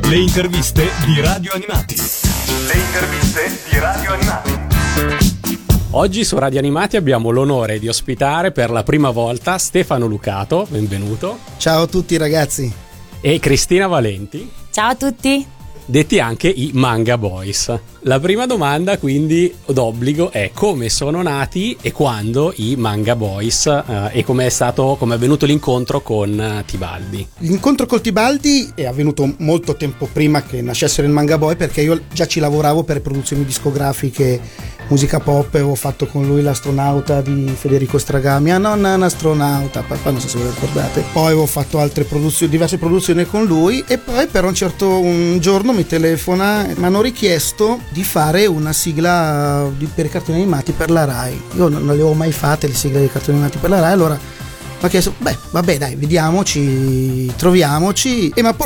Le interviste di Radio Animati. Le interviste di Radio Animati. Oggi su Radio Animati abbiamo l'onore di ospitare per la prima volta Stefano Lucato, benvenuto. Ciao a tutti ragazzi. E Cristina Valenti. Ciao a tutti. Detti anche i Manga Boys. La prima domanda quindi d'obbligo è: come sono nati e quando i Manga Boys e come è avvenuto l'incontro con Tibaldi? L'incontro col Tibaldi è avvenuto molto tempo prima che nascessero il Manga Boy, perché io già ci lavoravo per produzioni discografiche, musica pop. Avevo fatto con lui L'astronauta di Federico Stragami, nonna un astronauta, papà, non so se ve lo ricordate. Poi avevo fatto altre produzioni, diverse produzioni con lui, e poi per un giorno mi telefona, mi hanno richiesto di fare una sigla per i cartoni animati per la Rai. Io non le avevo mai fatte le sigle dei cartoni animati per la Rai, allora mi ha chiesto, vabbè dai, vediamoci, troviamoci, e mi hanno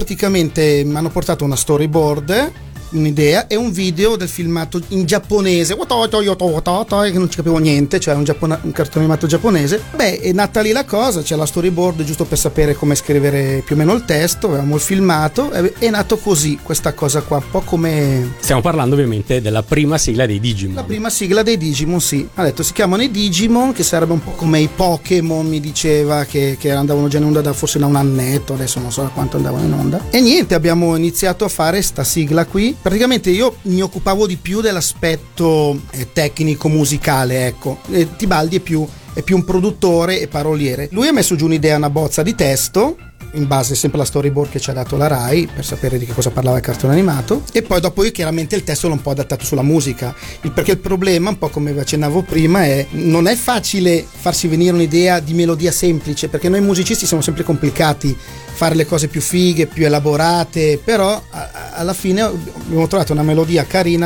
portato una storyboard, un'idea e un video del filmato in giapponese che non ci capivo niente, cioè un cartone animato giapponese. È nata lì la cosa, c'è la storyboard giusto per sapere come scrivere più o meno il testo, avevamo il filmato, è nato così questa cosa qua, un po' come... Stiamo parlando ovviamente della prima sigla dei Digimon. La prima sigla dei Digimon, sì. Ha detto si chiamano i Digimon, che sarebbe un po' come i Pokémon, mi diceva, che andavano già in onda forse da un annetto, adesso non so da quanto andavano in onda. E niente, abbiamo iniziato a fare sta sigla qui. Praticamente io mi occupavo di più dell'aspetto tecnico musicale, ecco. Tibaldi è più un produttore e paroliere. Lui ha messo giù un'idea, una bozza di testo in base sempre alla storyboard che ci ha dato la Rai per sapere di che cosa parlava il cartone animato, e poi dopo io chiaramente il testo l'ho un po' adattato sulla musica, perché il problema, un po' come vi accennavo prima, è non è facile farsi venire un'idea di melodia semplice, perché noi musicisti siamo sempre complicati, fare le cose più fighe, più elaborate, però alla fine abbiamo trovato una melodia carina,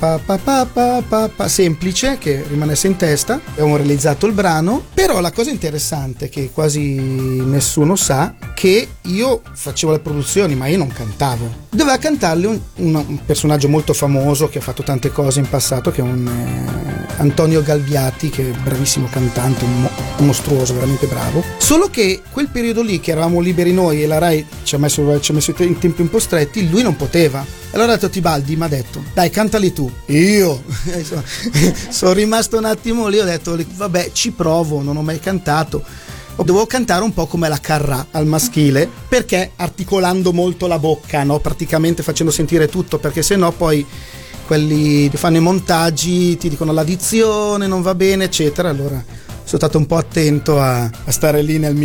semplice, che rimanesse in testa. Abbiamo realizzato il brano, però la cosa interessante che quasi nessuno sa, che io facevo le produzioni ma io non cantavo, doveva cantarle un personaggio molto famoso che ha fatto tante cose in passato, che è un Antonio Galbiati, che è bravissimo cantante, un mostruoso, veramente bravo. Solo che quel periodo lì, che eravamo liberi noi e la Rai ci ha messo in tempi un po' stretti, lui non poteva. Allora ha detto Tibaldi, mi ha detto dai, cantali tu. Io sono rimasto un attimo lì, ho detto vabbè, ci provo, non ho mai cantato. Dovevo cantare un po' come la Carrà al maschile, perché articolando molto la bocca, no? Praticamente facendo sentire tutto, perché sennò poi quelli che fanno i montaggi ti dicono la dizione non va bene, eccetera. Allora sono stato un po' attento a stare lì nei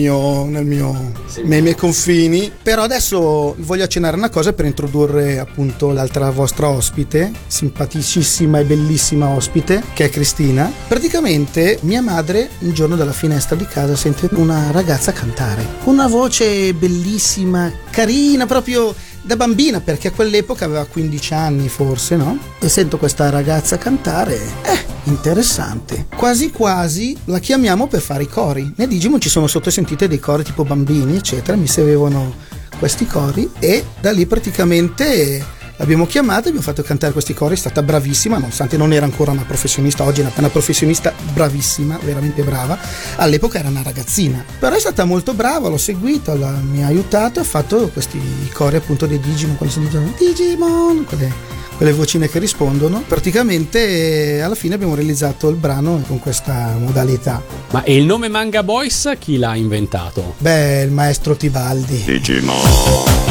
miei confini. Però adesso voglio accennare una cosa per introdurre appunto l'altra vostra ospite, simpaticissima e bellissima ospite, che è Cristina. Praticamente mia madre un giorno dalla finestra di casa sente una ragazza cantare con una voce bellissima, carina, proprio da bambina, perché a quell'epoca aveva 15 anni forse, no? E sento questa ragazza cantare, interessante, quasi quasi la chiamiamo per fare i cori. Nei Digimon ci sono sottosentite dei cori tipo bambini eccetera, mi servivano questi cori, e da lì praticamente l'abbiamo chiamata e abbiamo fatto cantare questi cori. È stata bravissima, nonostante non era ancora una professionista. Oggi è una professionista bravissima, veramente brava. All'epoca era una ragazzina, però è stata molto brava, l'ho seguita, mi ha aiutato e ha fatto questi cori appunto dei Digimon, quando si dicono Digimon, quelle vocine che rispondono. Praticamente alla fine abbiamo realizzato il brano con questa modalità. Ma e il nome Manga Boys chi l'ha inventato? Il maestro Tibaldi. Digimon.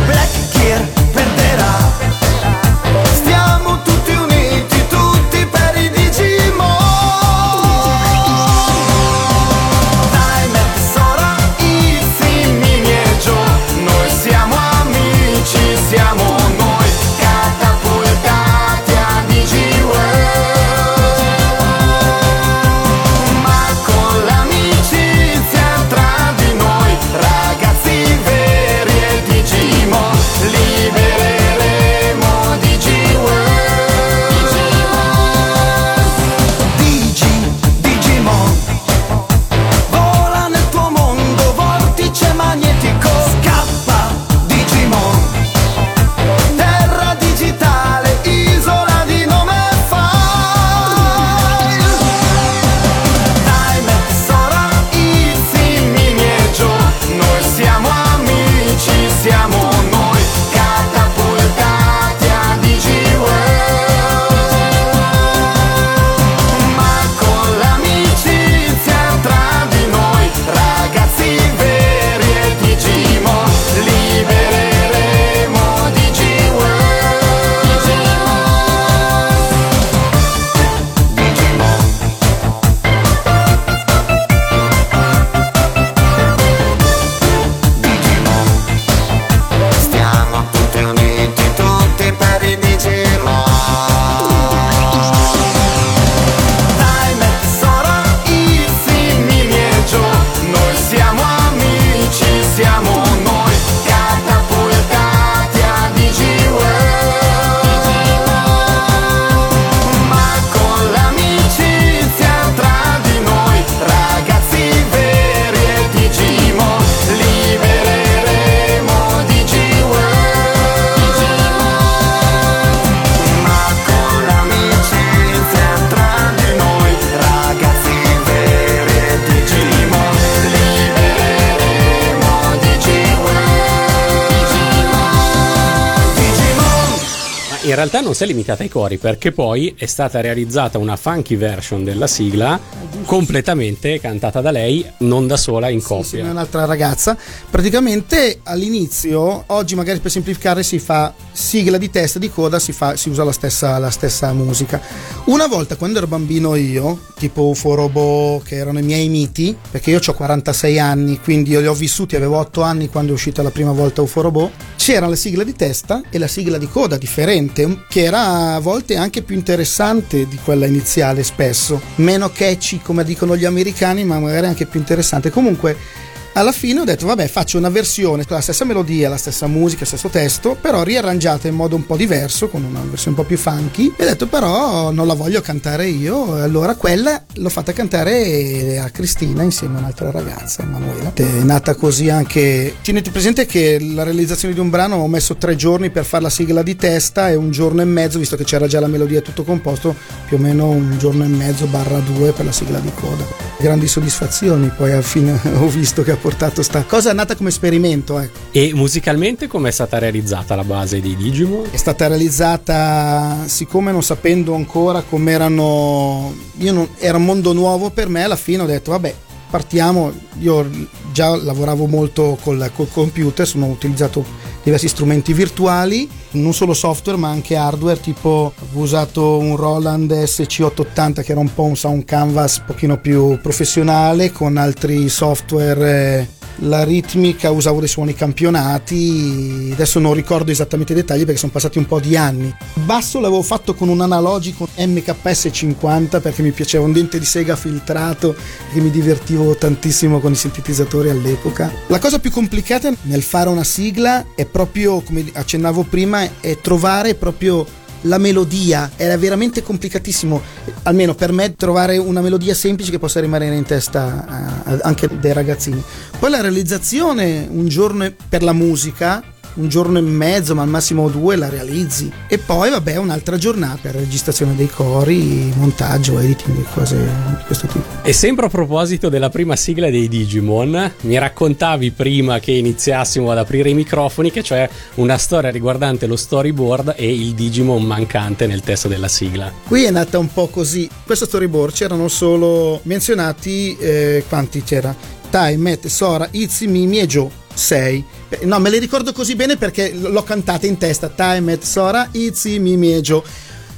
Stiamo tutti uniti, tutti per in realtà non si è limitata ai cori, perché poi è stata realizzata una funky version della sigla completamente cantata da lei, non da sola, in coppia. Sì, un'altra ragazza. Praticamente all'inizio, oggi magari per semplificare si fa sigla di testa, di coda, si usa la stessa musica. Una volta, quando ero bambino io, tipo UFO Robot, che erano i miei miti, perché io ho 46 anni, quindi io li ho vissuti, avevo 8 anni quando è uscita la prima volta UFO Robot, c'era la sigla di testa e la sigla di coda differente, che era a volte anche più interessante di quella iniziale, spesso meno catchy come dicono gli americani, ma magari anche più interessante. Comunque alla fine ho detto vabbè, faccio una versione con la stessa melodia, la stessa musica, il stesso testo, però riarrangiata in modo un po' diverso, con una versione un po' più funky, e ho detto però non la voglio cantare io, e allora quella l'ho fatta cantare a Cristina insieme a un'altra ragazza, Emanuela. È nata così anche, tenete presente che la realizzazione di un brano ho messo 3 giorni per fare la sigla di testa e 1 giorno e mezzo, visto che c'era già la melodia tutto composto, più o meno 1 giorno e mezzo / 2 per la sigla di coda. Grandi soddisfazioni, poi alla fine ho visto che ha portato sta cosa, è nata come esperimento, ecco. E musicalmente come è stata realizzata la base dei Digimon? È stata realizzata, siccome non sapendo ancora come erano, era un mondo nuovo per me, alla fine ho detto vabbè, partiamo. Io già lavoravo molto col computer, sono utilizzato diversi strumenti virtuali, non solo software ma anche hardware, tipo ho usato un Roland SC880 che era un po' un sound canvas un pochino più professionale, con altri software. La ritmica usavo dei suoni campionati, adesso non ricordo esattamente i dettagli perché sono passati un po' di anni. Il basso l'avevo fatto con un analogico MKS50 perché mi piaceva, un dente di sega filtrato, che mi divertivo tantissimo con i sintetizzatori all'epoca. La cosa più complicata nel fare una sigla è proprio, come accennavo prima, è trovare proprio la melodia. Era veramente complicatissimo, almeno per me, trovare una melodia semplice che possa rimanere in testa anche dei ragazzini. Poi la realizzazione, un giorno per la musica, 1 giorno e mezzo, ma al massimo 2 la realizzi, e poi vabbè un'altra giornata per registrazione dei cori, montaggio, editing, cose di questo tipo. E sempre a proposito della prima sigla dei Digimon, mi raccontavi prima che iniziassimo ad aprire i microfoni che c'è una storia riguardante lo storyboard e il Digimon mancante nel testo della sigla. Qui è nata un po' così. Questo storyboard c'erano solo menzionati quanti c'era? Tai, Matt, Sora, Izzy, Mimi e Joe. 6. No, me le ricordo così bene perché l'ho cantata in testa. Tai, Matt, Sora, Izzy, Mimi e Joe.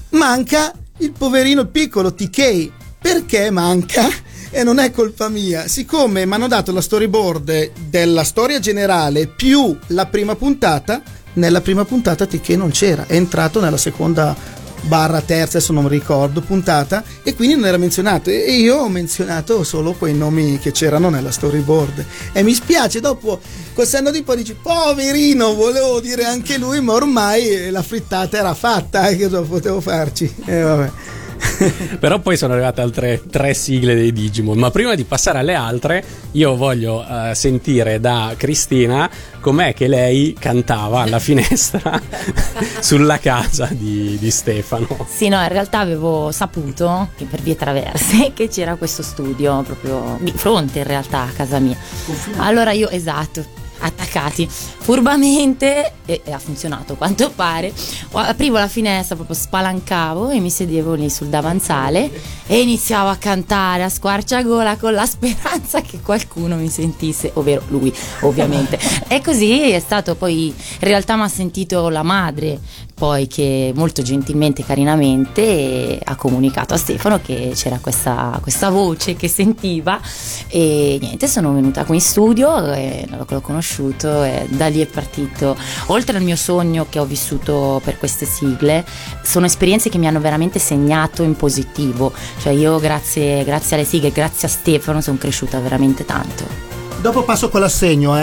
Manca il poverino piccolo TK. Perché manca? E non è colpa mia. Siccome mi hanno dato la storyboard della storia generale più la prima puntata, nella prima puntata TK non c'era, è entrato nella seconda / terza, adesso non mi ricordo, puntata, e quindi non era menzionato, e io ho menzionato solo quei nomi che c'erano nella storyboard, e mi spiace, dopo col senno di poi dici poverino, volevo dire anche lui, ma ormai la frittata era fatta, che cosa potevo farci, vabbè. Però poi sono arrivate altre 3 sigle dei Digimon, ma prima di passare alle altre io voglio sentire da Cristina com'è che lei cantava alla finestra sulla casa di Stefano. Sì, no, in realtà avevo saputo che per vie traverse che c'era questo studio proprio di fronte in realtà a casa mia. Allora io, esatto, attaccati furbamente, e ha funzionato a quanto pare, aprivo la finestra, proprio spalancavo e mi sedevo lì sul davanzale e iniziavo a cantare a squarciagola con la speranza che qualcuno mi sentisse, ovvero lui ovviamente. E così è stato. Poi in realtà mi ha sentito la madre, poi, che molto gentilmente e carinamente ha comunicato a Stefano che c'era questa voce che sentiva, e niente, sono venuta qui in studio e l'ho conosciuto, e da lì è partito. Oltre al mio sogno che ho vissuto per queste sigle, sono esperienze che mi hanno veramente segnato in positivo, cioè io grazie alle sigle, grazie a Stefano, sono cresciuta veramente tanto. Dopo passo con l'assegno,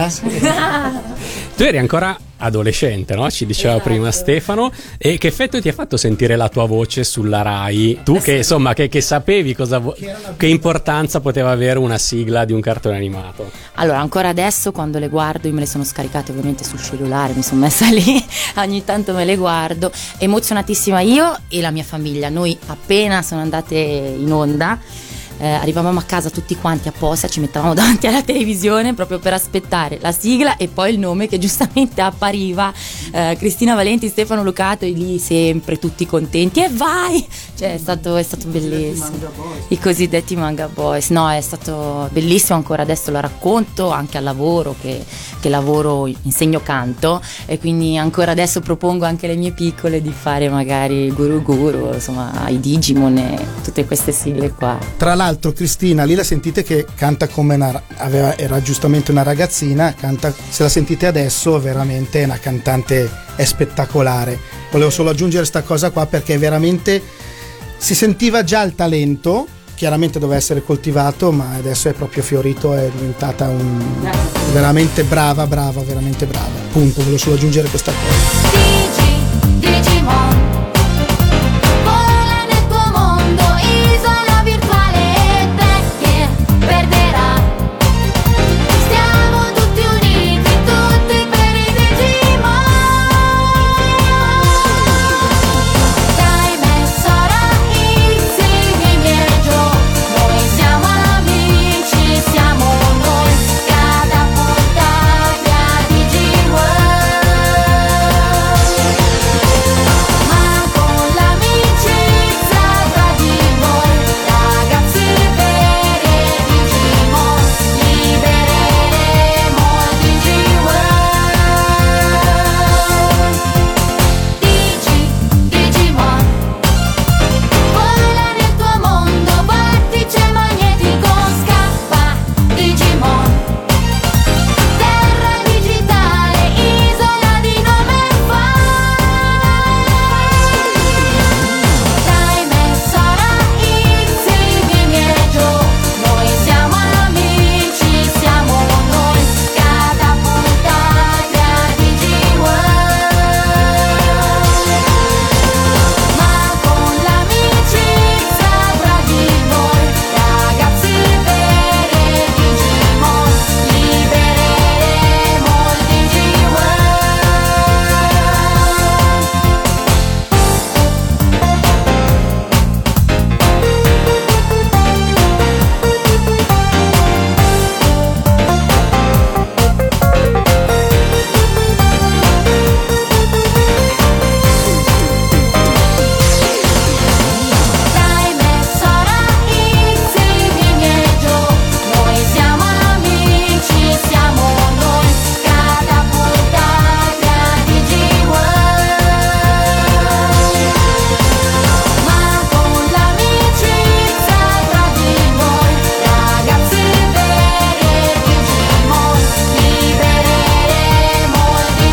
Tu eri ancora adolescente, no? Ci diceva prima Stefano. E che effetto ti ha fatto sentire la tua voce sulla Rai? Tu che insomma che sapevi che importanza poteva avere una sigla di un cartone animato. Allora, ancora adesso quando le guardo, io me le sono scaricate ovviamente sul cellulare, mi sono messa lì, ogni tanto me le guardo, emozionatissima io e la mia famiglia. Noi appena sono andate in onda arrivavamo a casa tutti quanti apposta, ci mettavamo davanti alla televisione proprio per aspettare la sigla e poi il nome che giustamente appariva, Cristina Valenti, Stefano Locato, e lì sempre tutti contenti e vai, cioè è stato bellissimo, i cosiddetti Manga Boys. No, è stato bellissimo, ancora adesso lo racconto anche al lavoro, che lavoro, insegno canto, e quindi ancora adesso propongo anche alle mie piccole di fare magari Guru Guru, insomma i Digimon e tutte queste sigle qua. Tra l'altro Cristina lì la sentite che canta come era giustamente una ragazzina, canta, se la sentite adesso veramente è una cantante, è spettacolare. Volevo solo aggiungere sta cosa qua perché veramente si sentiva già il talento, chiaramente doveva essere coltivato, ma adesso è proprio fiorito, è diventata veramente brava, veramente brava. Punto, volevo solo aggiungere questa cosa. Digimon, vola nel tuo mondo, isola virtuale e te che perderà. Stiamo tutti uniti, tutti per i Digimon. Time e Sora, Izzy, Mimi e Joe, noi siamo amici, siamo noi, catapultati a Digimon. Ma con l'amicizia tra di noi, ragazzi veri e Digimon, libereremo il Digiworld. Digimon, vola nel tuo mondo, vortice magnetico, scappa Digimon. Terra digitale, isola di nome Time e Sora, Izzy, Mimi e Joe, noi siamo amici, siamo noi, catapultati a Digiworld. Ma con l'amicizia tra di noi, ragazzi veri e Digimon, libereremo il Digiworld. Time e Sora, Izzy, Mimi e Joe, noi siamo amici, siamo noi, catapultati a Digiworld. Ma con l'amicizia tra di noi, ragazzi veri e Digimon, libereremo il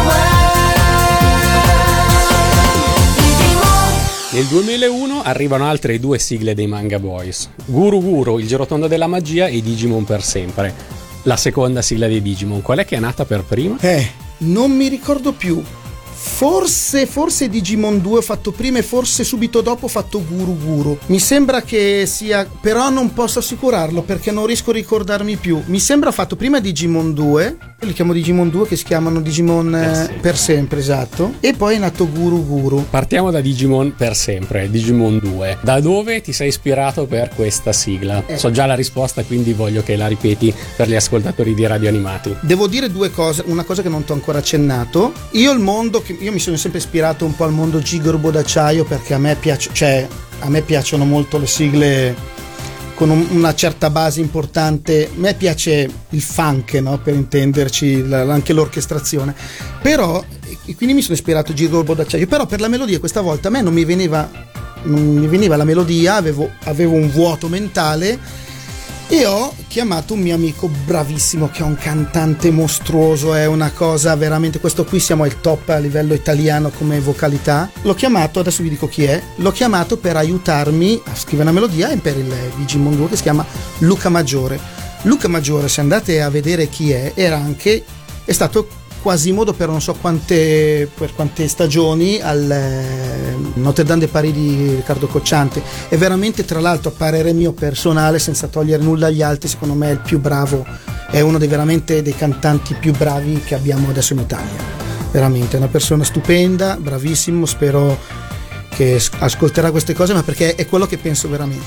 Digimon. Nel 2001 arrivano altre due sigle dei Manga Boys: Guru Guru, il girotondo della magia, e Digimon per sempre. La seconda sigla dei Digimon, qual è che è nata per prima? Non mi ricordo più. Forse Digimon 2 ho fatto prima e forse subito dopo ho fatto Guru Guru. Mi sembra che sia, però non posso assicurarlo perché non riesco a ricordarmi più. Mi sembra ho fatto prima Digimon 2, li chiamo Digimon 2 che si chiamano Digimon per sempre, esatto. E poi è nato Guru Guru. Partiamo da Digimon per sempre, Digimon 2. Da dove ti sei ispirato per questa sigla? So già la risposta, quindi voglio che la ripeti per gli ascoltatori di Radio Animati. Devo dire due cose, una cosa che non ti ho ancora accennato. Io mi sono sempre ispirato un po' al mondo Gigorbo d'acciaio perché a me piacciono molto le sigle con una certa base importante. A me piace il funk, no? Per intenderci, anche l'orchestrazione. Però, e quindi mi sono ispirato a Gigorbo d'acciaio. Però per la melodia questa volta a me non mi veniva la melodia, avevo un vuoto mentale. E ho chiamato un mio amico bravissimo che è un cantante mostruoso, è una cosa veramente, questo qui siamo al top a livello italiano come vocalità. L'ho chiamato, adesso vi dico chi è, l'ho chiamato per aiutarmi a scrivere una melodia e per il Digimon 2 che si chiama Luca Maggiore. Luca Maggiore, se andate a vedere chi è stato Quasimodo per non so quante stagioni al Notre Dame de Paris di Riccardo Cocciante. È veramente, tra l'altro, a parere mio personale, senza togliere nulla agli altri, secondo me è il più bravo, è uno dei cantanti più bravi che abbiamo adesso in Italia. Veramente è una persona stupenda, bravissimo, spero che ascolterà queste cose, ma perché è quello che penso veramente.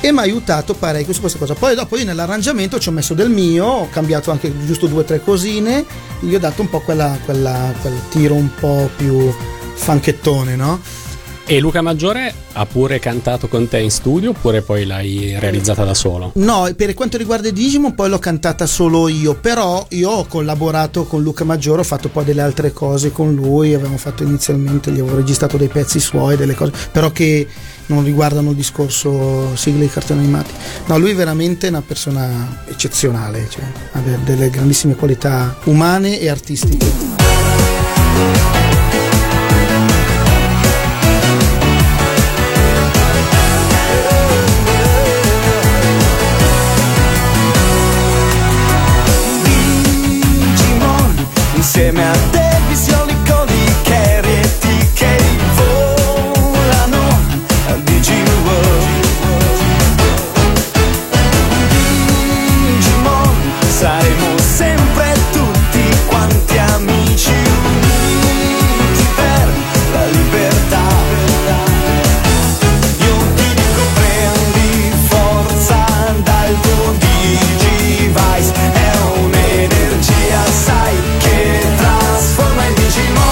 e mi ha aiutato parecchio su questa cosa. Poi dopo io nell'arrangiamento ci ho messo del mio, ho cambiato anche giusto 2 o 3 cosine, gli ho dato un po' quel tiro un po' più fanchettone, no? E Luca Maggiore ha pure cantato con te in studio oppure poi l'hai realizzata da solo? No, per quanto riguarda Digimon poi l'ho cantata solo io, però io ho collaborato con Luca Maggiore, ho fatto poi delle altre cose con lui, avevamo fatto inizialmente, gli avevo registrato dei pezzi suoi, delle cose, però che non riguardano il discorso sigle di cartoni animati. No, lui è veramente una persona eccezionale, cioè ha delle grandissime qualità umane e artistiche. Insieme a te visioni codiche reti che volano Digiworld. Digimon saremo sempre tutti quanti amici uniti per la libertà. Io ti dico prendi forza dal tuo Digivice, è un'energia sai che trasforma il Digimon.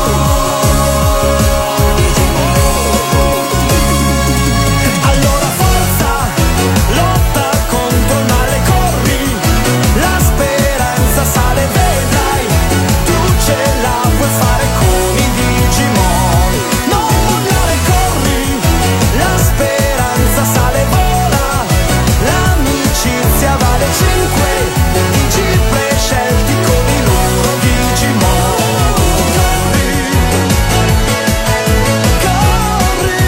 Allora forza, lotta contro il male, corri, la speranza sale, vedrai, tu ce la puoi fare con i Digimon. Non mollare, corri, la speranza sale, vola, l'amicizia vale 5 Digi prescelti con i loro Digimon. Corri,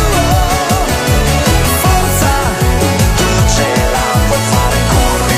forza, tu ce la puoi fare, corri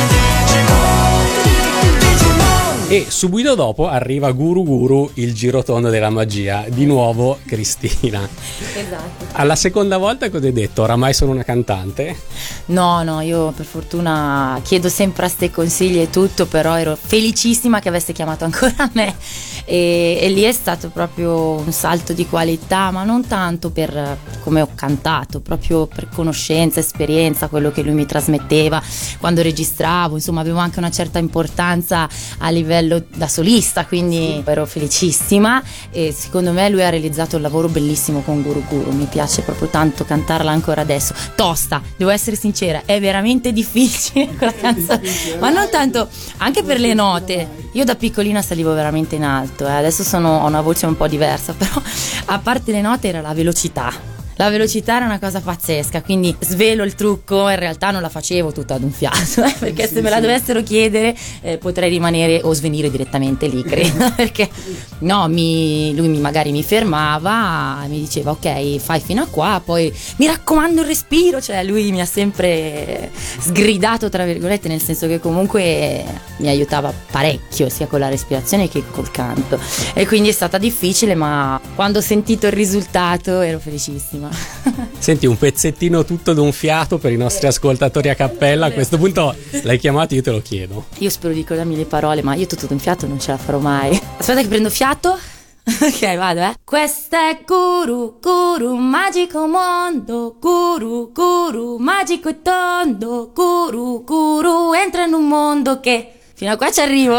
Digimon. Digimon. E subito dopo arriva Guru Guru, il girotondo della magia, di nuovo Cristina. Esatto. Alla seconda volta cosa hai detto? Oramai sono una cantante? No, io per fortuna chiedo sempre a ste consigli e tutto, però ero felicissima che avesse chiamato ancora me e lì è stato proprio un salto di qualità, ma non tanto per come ho cantato, proprio per conoscenza, esperienza, quello che lui mi trasmetteva quando registravo, insomma avevo anche una certa importanza a livello da solista, quindi ero felicissima e secondo me lui ha realizzato un lavoro bellissimo con Guru Guru, mi piace proprio tanto cantarla ancora adesso. Tosta, devo essere sincera, è veramente difficile quella canzone, ma non tanto, anche per le note. Io da piccolina salivo veramente in alto, adesso ho una voce un po' diversa, però a parte le note era la velocità. La velocità era una cosa pazzesca, quindi svelo il trucco, in realtà non la facevo tutta ad un fiato, perché se me la dovessero chiedere potrei rimanere o svenire direttamente lì, credo, perché no, lui magari mi fermava, mi diceva ok, fai fino a qua, poi mi raccomando il respiro, cioè lui mi ha sempre sgridato tra virgolette, nel senso che comunque mi aiutava parecchio sia con la respirazione che col canto, e quindi è stata difficile, ma quando ho sentito il risultato ero felicissima. Senti, un pezzettino tutto d'un fiato per i nostri ascoltatori a cappella. A questo punto l'hai chiamato, io te lo chiedo. Io spero di ricordarmi le parole, ma io tutto d'un fiato non ce la farò mai. Aspetta che prendo fiato. Ok, vado, Questo è Guru, Guru, magico mondo. Guru, Guru, magico e tondo. Guru, Guru, entra in un mondo che... Fino a qua ci arrivo.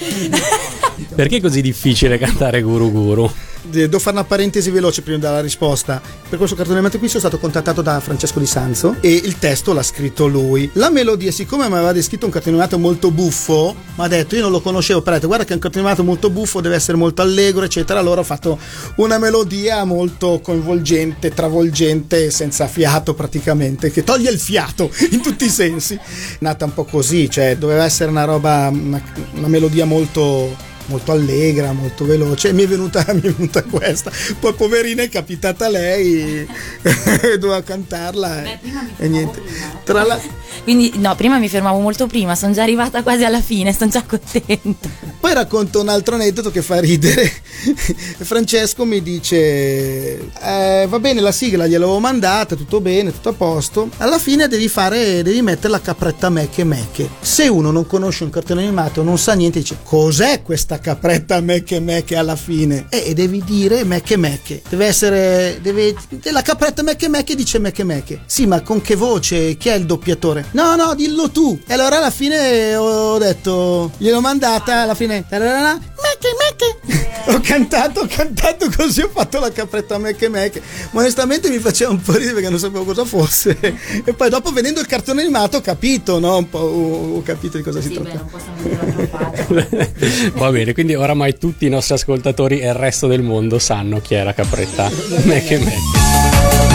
Perché è così difficile cantare Guru Guru? Devo fare una parentesi veloce prima della risposta. Per questo cartone animato qui sono stato contattato da Francesco Di Sanzo e il testo l'ha scritto lui. La melodia, siccome mi aveva descritto un cartone animato molto buffo, mi ha detto, io non lo conoscevo, però ha detto guarda che è un cartone animato molto buffo, deve essere molto allegro eccetera. Allora ho fatto una melodia molto coinvolgente, travolgente, senza fiato praticamente, che toglie il fiato in tutti i sensi. Nata un po' così, cioè doveva essere una roba, una melodia molto allegra, molto veloce, mi è venuta questa, poi poverina è capitata lei e doveva cantarla e niente. Quindi no, prima mi fermavo molto prima, sono già arrivata quasi alla fine, sono già contenta. Poi racconto un altro aneddoto che fa ridere. Francesco mi dice va bene, la sigla gliel'avevo mandata, tutto bene, tutto a posto, alla fine devi mettere la capretta Mecche Mecche. Se uno non conosce un cartone animato, non sa niente, dice cos'è questa capretta Mecche Mecche alla fine? E devi dire Mecche Mecche, la capretta Mecche Mecche dice Mecche Mecche. Sì, ma con che voce? Chi è il doppiatore? No, dillo tu. E allora alla fine ho detto, gliel'ho mandata, alla fine Mecche Mecche. Ho cantato così, ho fatto la capretta Mecche Mecche. Ma onestamente mi faceva un po' ridere perché non sapevo cosa fosse. E poi dopo, vedendo il cartone animato, ho capito, no? Un po' ho capito di cosa si tratta. Non possiamo dire Va bene, quindi oramai tutti i nostri ascoltatori e il resto del mondo sanno chi è la capretta Mecche Mecche.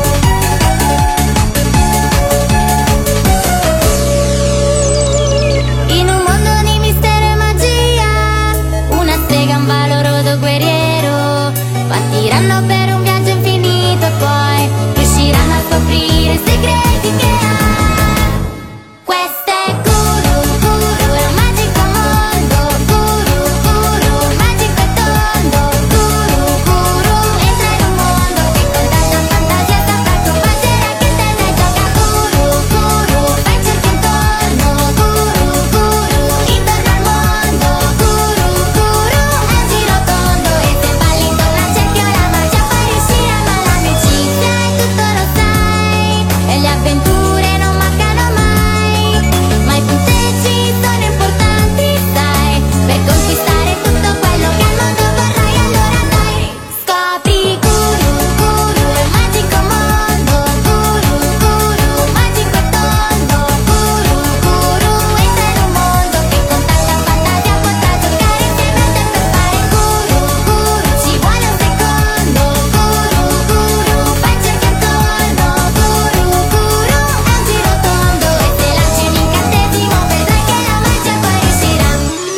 In un mondo di mistero e magia, una strega, un valoroso guerriero, partiranno per un viaggio infinito e poi riusciranno a scoprire i segreti che ha. Questo è Guru, Guru, è un magico mondo. Guru, Guru, magico e tondo. Guru, Guru, entra in un mondo che con tanta fantasia saprà combattere anche se ne gioca. Guru, Guru, fai cerchi intorno. Guru, Guru, intorno al mondo. Guru, Guru, è un giro tondo e se balli intorno al cerchio la magia fa riuscire, ma l'amicizia è tutto lo sai e le avventure non mancano mai, ma i punteggi sono importanti, sai, per conquistare tutto quello che al mondo vorrai. Allora dai, scopri Guru, Guru, il magico mondo. Guru, Guru, magico e tondo. Guru, Guru, entra in un mondo che con tanta fantasia potrà giocare insieme a te per fare Guru, Guru, ci vuole un secondo. Guru, Guru, fai cerchi intorno. Guru, Guru, è un giro tondo e se lanci un incantesimo vedrai che la magia poi riuscirà.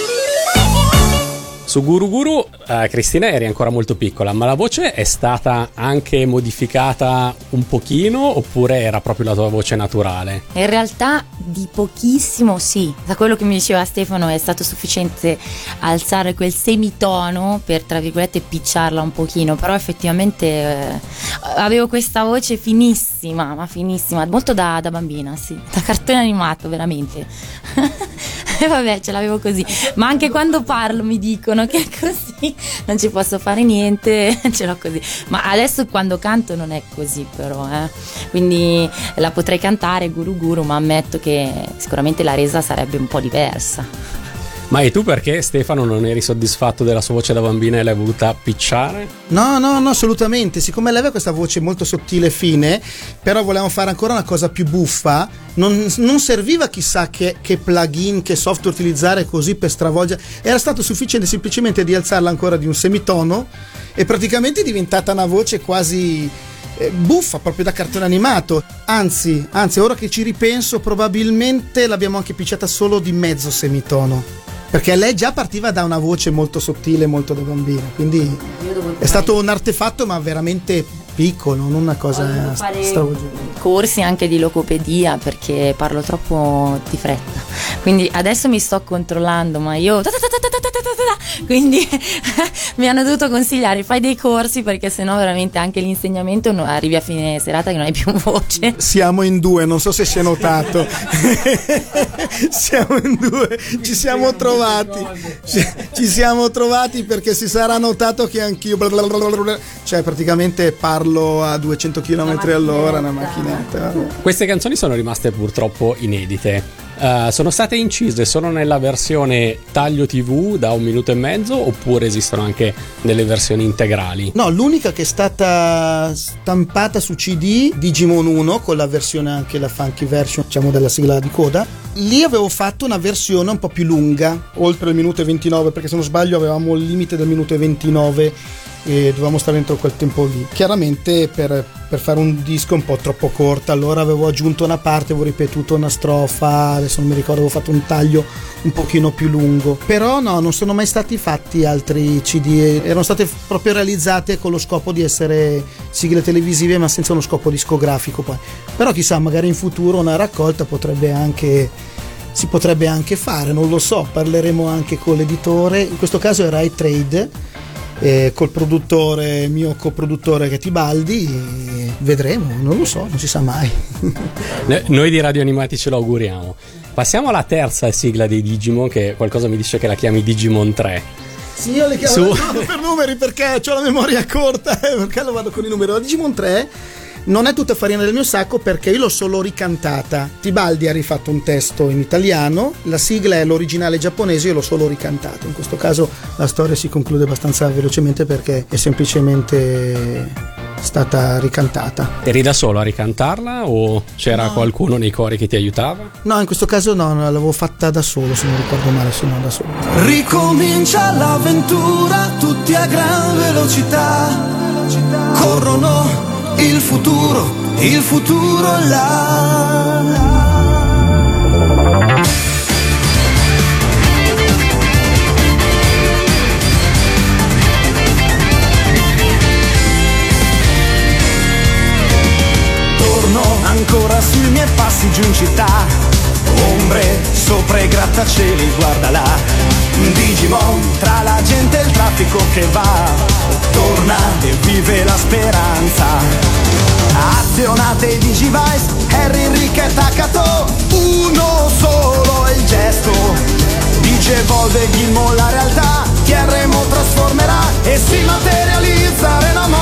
Su Guru Guru, Cristina, eri ancora molto piccola, ma la voce è stata anche modificata un pochino oppure era proprio la tua voce naturale? In realtà di pochissimo sì, da quello che mi diceva Stefano è stato sufficiente alzare quel semitono per, tra virgolette, picciarla un pochino, però effettivamente avevo questa voce finissima, ma finissima, molto da bambina, sì, da cartone animato veramente. E vabbè, ce l'avevo così, ma anche quando parlo mi dicono che è così, non ci posso fare niente, ce l'ho così, ma adesso quando canto non è così però, quindi la potrei cantare Guru Guru, ma ammetto che sicuramente la resa sarebbe un po' diversa. Ma e tu perché, Stefano, non eri soddisfatto della sua voce da bambina e l'hai voluta picciare? No, assolutamente. Siccome lei aveva questa voce molto sottile e fine, però volevamo fare ancora una cosa più buffa, non serviva chissà che plugin, che software utilizzare così per stravolgere. Era stato sufficiente semplicemente di alzarla ancora di un semitono e praticamente è diventata una voce quasi buffa, proprio da cartone animato. Anzi, ora che ci ripenso, probabilmente l'abbiamo anche picciata solo di mezzo semitono, perché lei già partiva da una voce molto sottile, molto da bambina, quindi è stato un artefatto ma veramente piccolo, non una cosa straordinaria. Corsi anche di logopedia perché parlo troppo di fretta, quindi adesso mi sto controllando, ma io quindi mi hanno dovuto consigliare fai dei corsi perché sennò veramente anche l'insegnamento arrivi a fine serata che non hai più voce. Siamo in due, non so se si è notato. Siamo in due, ci siamo trovati perché si sarà notato che anch'io cioè praticamente parlo a 200 km all'ora, una macchinetta. Queste canzoni sono rimaste purtroppo inedite. Sono state incise solo nella versione taglio TV da 1 minuto e mezzo oppure esistono anche delle versioni integrali? No, l'unica che è stata stampata su CD, Digimon 1, con la versione anche la funky version, diciamo, della sigla di coda. Lì avevo fatto una versione un po' più lunga, oltre il minuto e 29, perché se non sbaglio avevamo il limite del minuto e 29. e dovevamo stare dentro quel tempo lì. Chiaramente per fare un disco un po' troppo corto, allora avevo aggiunto una parte, avevo ripetuto una strofa, adesso non mi ricordo, avevo fatto un taglio un pochino più lungo. Però no, non sono mai stati fatti altri CD, erano state proprio realizzate con lo scopo di essere sigle televisive ma senza uno scopo discografico poi. Però chissà, magari in futuro una raccolta si potrebbe anche fare, non lo so, parleremo anche con l'editore, in questo caso è Rai Trade, col mio coproduttore che è Tibaldi, vedremo, non lo so, non si sa mai. Noi di Radio Animati ce lo auguriamo. Passiamo alla terza sigla dei Digimon, che qualcosa mi dice che la chiami Digimon 3. Sì, io le chiamo per numeri perché ho la memoria corta, perché lo vado con i numeri. La Digimon 3 non è tutta farina del mio sacco perché io l'ho solo ricantata. Tibaldi ha rifatto un testo in italiano, la sigla è l'originale giapponese, io l'ho solo ricantato. In questo caso la storia si conclude abbastanza velocemente perché è semplicemente stata ricantata. Eri da solo a ricantarla o c'era qualcuno nei cori che ti aiutava? No, in questo caso no, l'avevo fatta da solo, se non ricordo male, se no da solo. Ricomincia l'avventura, tutti a gran velocità, corrono, il futuro è là. Torno ancora sui miei passi giù in città, ombre sopra i grattacieli, guarda là. Digimon tra la gente e il traffico che va, torna e vive la speranza. Azionate i Digivice, Harry, Rick e Takato, uno solo è il gesto. Digivolve Gilmo la realtà, TRMO trasformerà e si materializza Renamon.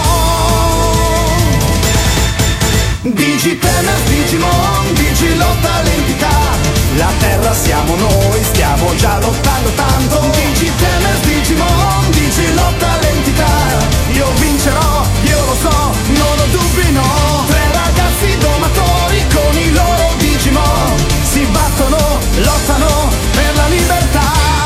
Digitennis, Digimon, Digilotta l'entità, la terra siamo noi, stiamo già lottando tanto. Digitennis, Digimon, Digilotta l'entità, io vincerò, io lo so, non ho dubbi no. Tre ragazzi domatori con i loro Digimon si battono, lottano per la libertà.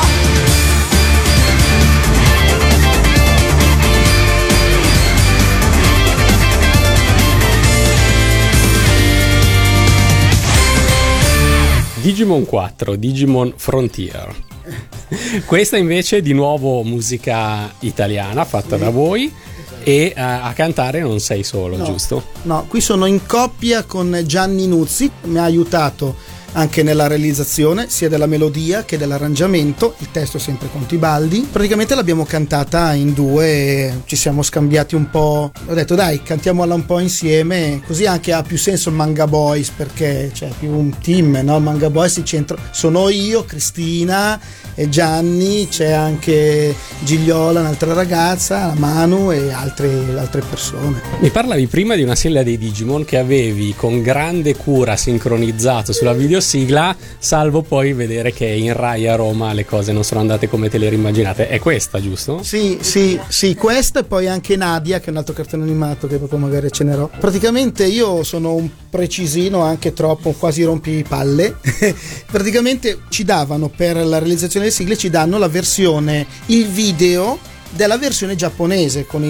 Digimon 4, Digimon Frontier. Questa invece è di nuovo musica italiana fatta da voi e a cantare non sei solo, no, giusto? No, qui sono in coppia con Gianni Nuzzi, mi ha aiutato anche nella realizzazione sia della melodia che dell'arrangiamento, il testo sempre con Tibaldi. Praticamente l'abbiamo cantata in due, ci siamo scambiati un po', ho detto dai cantiamola un po' insieme, così anche ha più senso Manga Boys perché c'è più un team, no? Manga Boys si centra, sono io, Cristina e Gianni, c'è anche Gigliola, un'altra ragazza, Manu e altre persone. Mi parlavi prima di una sigla dei Digimon che avevi con grande cura sincronizzato sulla videosigla, salvo poi vedere che in Rai a Roma le cose non sono andate come te le eri immaginate. È questa, giusto? Sì, questa e poi anche Nadia, che è un altro cartone animato che proprio magari cenerò. Praticamente io sono un precisino, anche troppo, quasi rompi palle. Praticamente ci davano per la realizzazione delle sigle, ci danno la versione, il video della versione giapponese con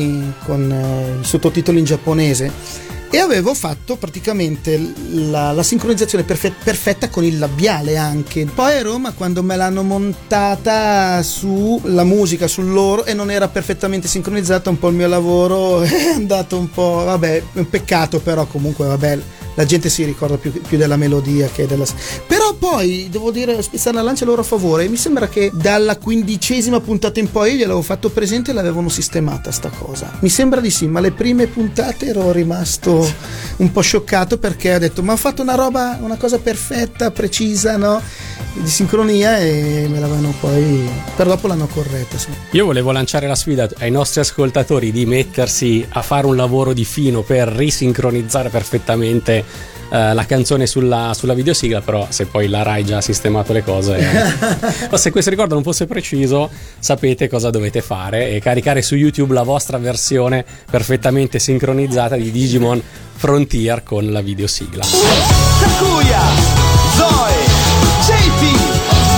i sottotitoli in giapponese. E avevo fatto praticamente la sincronizzazione perfetta con il labiale anche. Poi a Roma, quando me l'hanno montata sulla musica, sul loro, e non era perfettamente sincronizzata, un po' il mio lavoro è andato un po', vabbè, è un peccato, però comunque vabbè, la gente si ricorda più della melodia che della... Però poi devo dire, spezzare la lancia loro a favore, mi sembra che dalla 15ª puntata in poi gliel'avevo fatto presente e l'avevano sistemata sta cosa, mi sembra di sì, ma le prime puntate ero rimasto un po' scioccato perché ho detto ma ho fatto una cosa perfetta, precisa, no? Di sincronia, e me l'avevano poi per dopo l'hanno corretta, sì. Io volevo lanciare la sfida ai nostri ascoltatori di mettersi a fare un lavoro di fino per risincronizzare perfettamente la canzone sulla videosigla, però se poi la Rai già ha sistemato le cose ma se questo ricordo non fosse preciso, sapete cosa dovete fare e caricare su YouTube la vostra versione perfettamente sincronizzata di Digimon Frontier con la videosigla. Takuya, Zoe, JP,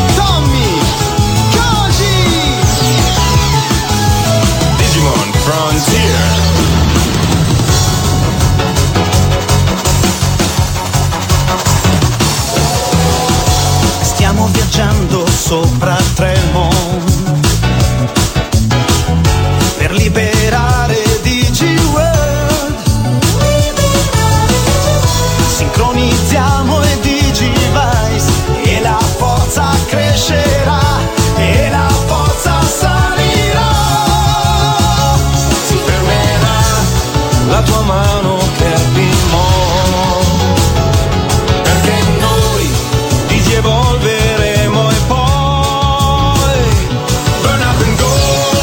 Tommy, Koji, Digimon Frontier. Frontier. Stiamo viaggiando sopra Tremont per liberare DigiWorld. Sincronizziamo e DigiVice e la forza crescerà e la forza salirà. Si fermerà la tua mano per perché noi evolveremo e poi burn up and go.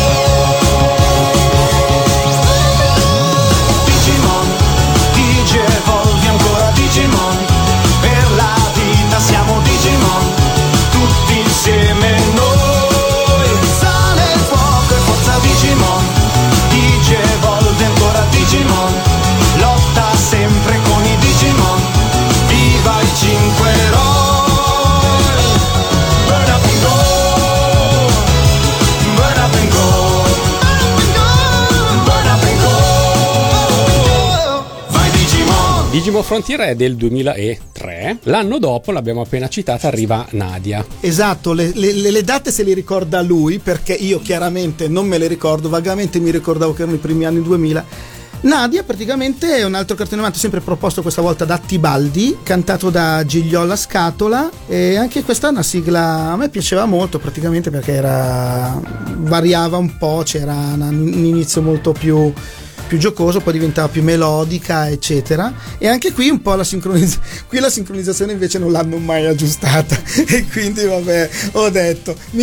Digimon, Digi evolvi ancora Digimon, per la vita siamo Digimon, tutti insieme noi. Sale il fuoco e forza Digimon, Digi evolve ancora Digimon, lotta sempre con i Digimon, viva i 5 eroi. Digimon Frontier è del 2003. L'anno dopo, l'abbiamo appena citata, arriva Nadia. Esatto, le date se le ricorda lui, perché io chiaramente non me le ricordo, vagamente mi ricordavo che erano i primi anni 2000. Nadia praticamente è un altro cartone animato sempre proposto questa volta da Tibaldi, cantato da Gigliola Scatola, e anche questa è una sigla a me piaceva molto praticamente perché variava un po', c'era un inizio molto più giocoso, poi diventava più melodica eccetera, e anche qui un po' la sincronizzazione invece non l'hanno mai aggiustata e quindi vabbè, ho detto, mi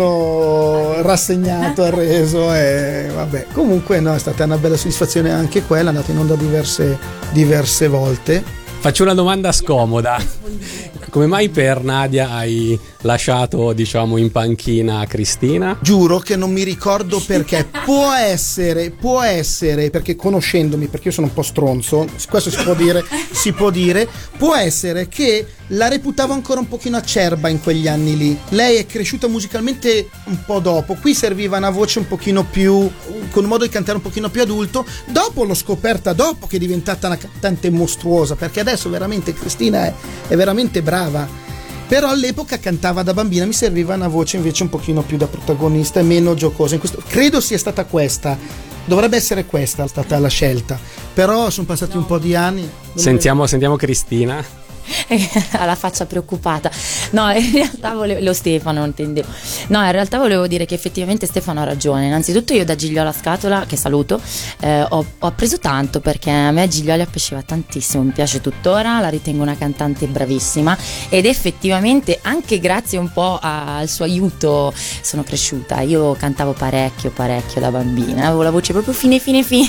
sono rassegnato, arreso e vabbè, comunque no, è stata una bella soddisfazione anche quella, è andata in onda diverse volte. Faccio una domanda scomoda. Come mai per Nadia hai lasciato, diciamo, in panchina Cristina? Giuro che non mi ricordo perché. Può essere, perché conoscendomi, perché io sono un po' stronzo, questo si può dire, può essere che la reputavo ancora un pochino acerba in quegli anni lì. Lei è cresciuta musicalmente un po' dopo, qui serviva una voce un pochino più, con un modo di cantare un pochino più adulto. Dopo l'ho scoperta, dopo che è diventata una cantante mostruosa, perché adesso veramente Cristina è veramente brava. Però all'epoca cantava da bambina, mi serviva una voce invece un pochino più da protagonista e meno giocosa. Credo sia stata questa, dovrebbe essere questa stata la scelta, però sono passati un po' di anni. Sentiamo Cristina. Alla faccia preoccupata. No, in realtà lo Stefano, non intendevo. No, in realtà volevo dire che effettivamente Stefano ha ragione. Innanzitutto io da Gigliola Scatola, che saluto, ho appreso tanto, perché a me Gigliola piaceva tantissimo, mi piace tuttora, la ritengo una cantante bravissima ed effettivamente anche grazie un po' al suo aiuto sono cresciuta. Io cantavo parecchio da bambina, avevo la voce proprio fine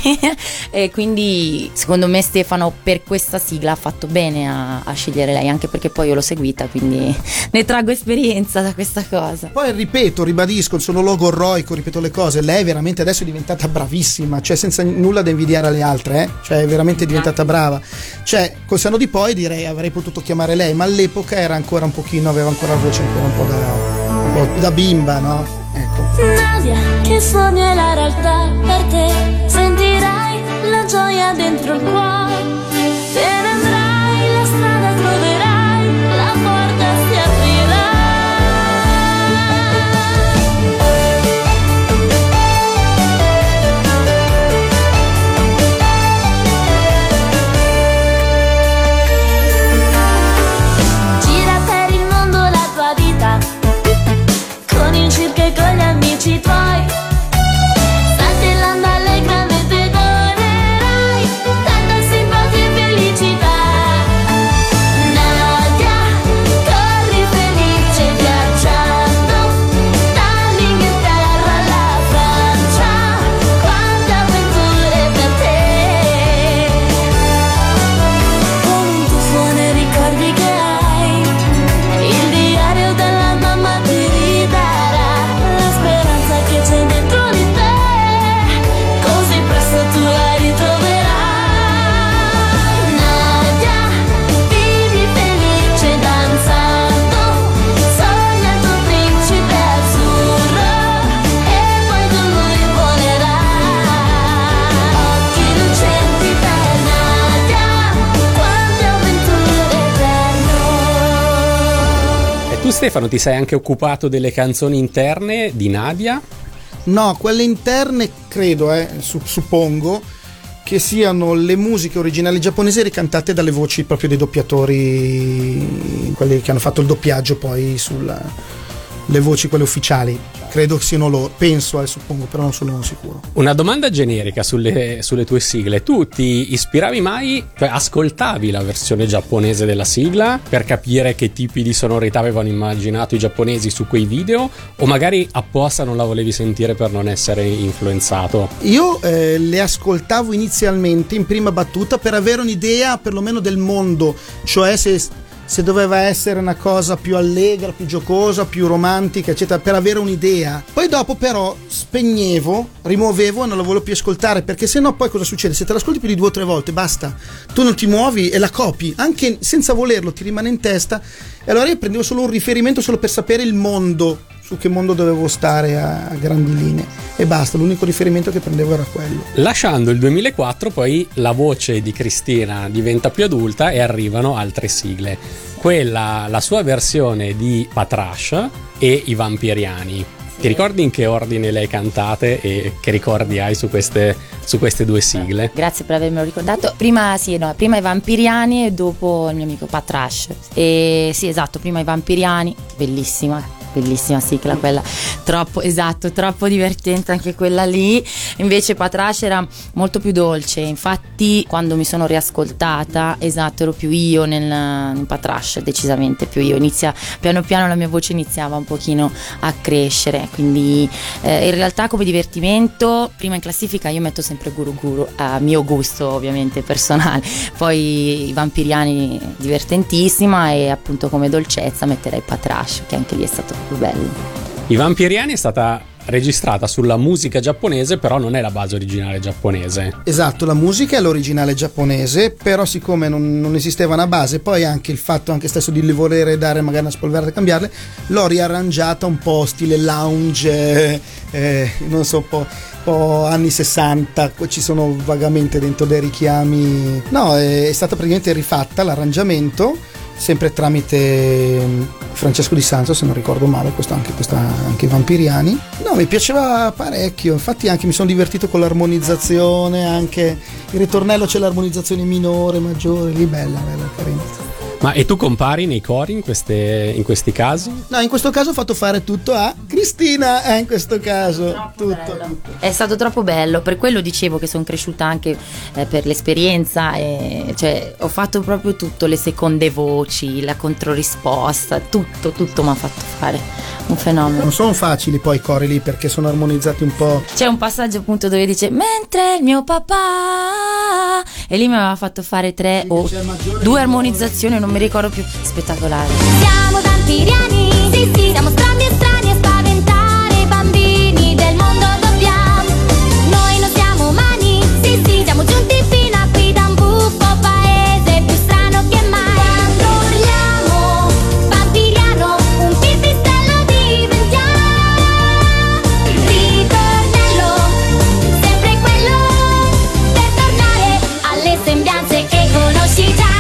e quindi secondo me Stefano per questa sigla ha fatto bene a scegliere lei, anche perché poi io l'ho seguita, quindi ne traggo esperienza da questa cosa. Poi ribadisco, il sono logorroico, ripeto le cose, lei veramente adesso è diventata bravissima, cioè senza nulla da invidiare alle altre, cioè è veramente diventata brava, cioè col senno di poi direi avrei potuto chiamare lei, ma all'epoca era ancora un pochino, aveva ancora la voce ancora un po' da bimba, no? Ecco. Nadia, che sogno è la realtà per te, sentirai la gioia dentro il cuore, te ne andrai, la strada troverai, la porta si aprirà. Gira per il mondo la tua vita, con il circo e con gli amici tuoi, saltellando allegramente correrai, tanta simpatia. Stefano ti sei anche occupato delle canzoni interne di Nadia? No, quelle interne credo, suppongo che siano le musiche originali giapponesi ricantate dalle voci proprio dei doppiatori, quelli che hanno fatto il doppiaggio poi le voci quelle ufficiali. Credo che siano loro, penso, suppongo, però non sono sicuro. Una domanda generica sulle tue sigle. Tu ti ispiravi mai, cioè ascoltavi la versione giapponese della sigla per capire che tipi di sonorità avevano immaginato i giapponesi su quei video, o magari apposta non la volevi sentire per non essere influenzato? Io le ascoltavo inizialmente in prima battuta per avere un'idea perlomeno del mondo, cioè se doveva essere una cosa più allegra, più giocosa, più romantica, eccetera, per avere un'idea. Poi dopo però spegnevo, rimuovevo e non la volevo più ascoltare, perché sennò poi cosa succede? Se te l'ascolti più di 2 o 3 volte basta, tu non ti muovi e la copi, anche senza volerlo ti rimane in testa, e allora io prendevo solo un riferimento solo per sapere il mondo, su che mondo dovevo stare a grandi linee, e basta, l'unico riferimento che prendevo era quello. Lasciando il 2004 poi la voce di Cristina diventa più adulta e arrivano altre sigle, quella, la sua versione di Patrash e I Vampiriani. Ti ricordi in che ordine le hai cantate e che ricordi hai su queste 2 sigle? Grazie per avermelo ricordato. Prima I Vampiriani e dopo il mio amico Patrash. E sì, esatto, prima I Vampiriani, bellissima sigla quella, troppo divertente anche quella lì. Invece Patrash era molto più dolce, infatti quando mi sono riascoltata, esatto, ero più io nel Patrash, decisamente più io. Piano piano la mia voce iniziava un pochino a crescere, quindi in realtà come divertimento prima in classifica io metto sempre Guru Guru, a mio gusto ovviamente personale, poi I Vampiriani divertentissima, e appunto come dolcezza metterei Patrash, che anche lì è stato più bello. I Vampiriani è stata registrata sulla musica giapponese, però non è la base originale giapponese. Esatto, la musica è l'originale giapponese, però siccome non esisteva una base, poi anche il fatto anche stesso di volere dare magari una spolverata e cambiarle, l'ho riarrangiata un po' stile lounge, non so, un po' anni 60, ci sono vagamente dentro dei richiami. No, è stata praticamente rifatta l'arrangiamento, sempre tramite Francesco Di Sanzo, se non ricordo male, anche I Vampiriani. No, mi piaceva parecchio, infatti anche mi sono divertito con l'armonizzazione, anche il ritornello c'è l'armonizzazione minore, maggiore, lì bella, carina. Ma e tu compari nei cori in questi casi? No, in questo caso ho fatto fare tutto a Cristina, in questo caso tutto. È stato troppo bello, per quello dicevo che sono cresciuta anche per l'esperienza, cioè ho fatto proprio tutto, le seconde voci, la controrisposta, tutto mi ha fatto fare un fenomeno. Non sono facili poi i cori lì, perché sono armonizzati un po'. C'è un passaggio appunto dove dice mentre il mio papà, e lì mi aveva fatto fare 3 o 2 armonizzazioni, non mi ricordo più, spettacolare. Siamo vampiriani, sì, siamo strani e strani a spaventare i bambini del mondo dobbiamo. Noi non siamo umani, sì, siamo giunti fino a qui da un buffo paese più strano che mai. Quando urliamo vampiriano, un pipistrello diventiamo. Ritornello, sempre quello, per tornare alle sembianze che conosci già.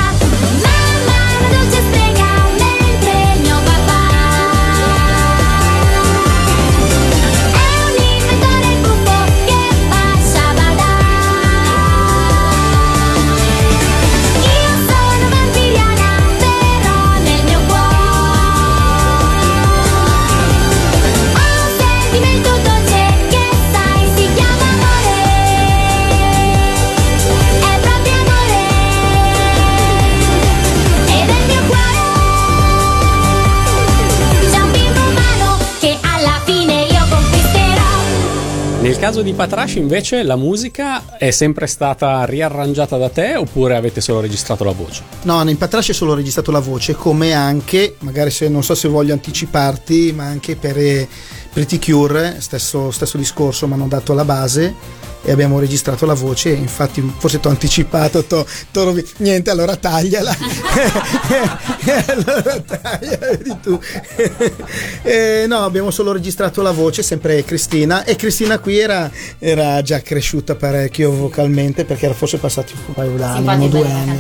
Nel caso di Patrash invece la musica è sempre stata riarrangiata da te, oppure avete solo registrato la voce? No, in Patrash è solo registrato la voce, come anche, magari non so se voglio anticiparti, ma anche per Pretty Cure, stesso discorso, mi hanno dato la base e abbiamo registrato la voce, infatti forse ti ho anticipato, niente, allora tagliala. Allora tagliala, vedi tu. No, abbiamo solo registrato la voce, sempre Cristina, e Cristina qui era già cresciuta parecchio vocalmente, perché era forse passati un paio d'anni, infatti 2 è anni. cantare ancora.